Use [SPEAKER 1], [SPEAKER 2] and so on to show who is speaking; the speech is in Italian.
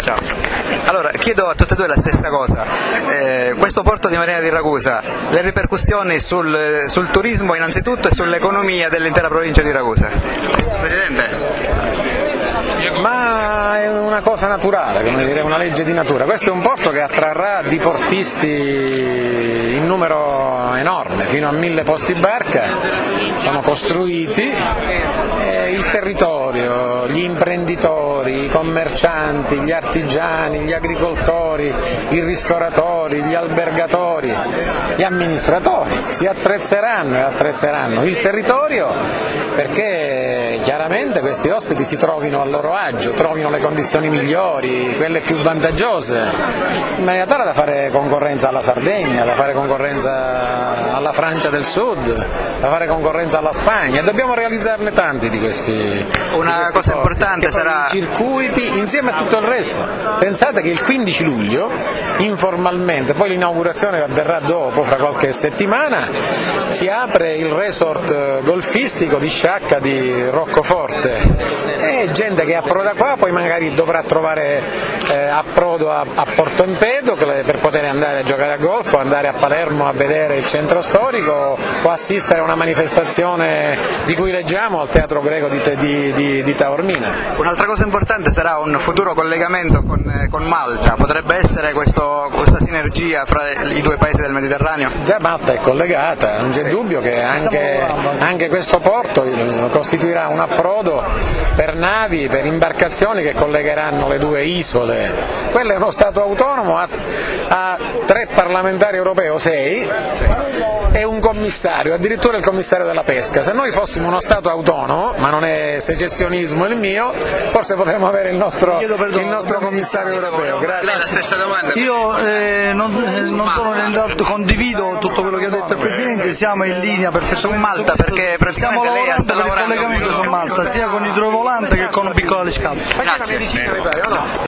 [SPEAKER 1] Ciao. Allora, chiedo a tutte e due la stessa cosa. Questo porto di Marina di Ragusa, le ripercussioni sul turismo innanzitutto e sull'economia dell'intera provincia di Ragusa? Presidente?
[SPEAKER 2] Ma è una cosa naturale, come dire, una legge di natura. Questo è un porto che attrarrà diportisti in numero enorme, fino a 1000 posti barca, sono costruiti, il territorio, gli imprenditori, i commercianti, gli artigiani, gli agricoltori, i ristoratori, gli albergatori, gli amministratori si attrezzeranno e attrezzeranno il territorio perché chiaramente questi ospiti si trovino a loro agio, trovino le condizioni migliori, quelle più vantaggiose, in maniera tale da fare concorrenza alla Sardegna, da fare concorrenza alla Francia del Sud, da fare concorrenza alla Spagna, e dobbiamo realizzarne tanti di questi.
[SPEAKER 1] Una cosa importante sarà
[SPEAKER 2] i circuiti insieme a tutto il resto. Pensate che il 15 luglio, informalmente, poi l'inaugurazione avverrà dopo, fra qualche settimana, si apre il resort golfistico di Sciacca di Roccoforte, e gente che approda qua poi magari dovrà trovare approdo a Porto Empedocle per poter andare a giocare a golf o andare a Palermo a vedere il centro storico o assistere a una manifestazione di cui leggiamo al Teatro Greco di Taormina.
[SPEAKER 1] Un'altra cosa importante sarà un futuro collegamento con Malta, potrebbe essere questa sinergia fra i due paesi del Mediterraneo?
[SPEAKER 2] Già Malta è collegata, non c'è dubbio che anche questo porto costituirà un approdo per navi, per imbarcazioni che collegheranno le due isole. Quello è uno Stato autonomo, ha 3 parlamentari europei o 6 e un commissario, addirittura il commissario della pesca. Se noi fossimo uno Stato autonomo, ma non è secessionismo il mio, forse potremmo avere il nostro commissario europeo.
[SPEAKER 1] Lei la stessa domanda?
[SPEAKER 3] Io non sono nell'altro, condivido tutto quello che ha detto il Presidente, siamo in linea perfettamente
[SPEAKER 1] su Malta, perché
[SPEAKER 3] stiamo lavorando per il collegamento su Malta, sia con idrovolante che con piccola scala.
[SPEAKER 1] Grazie.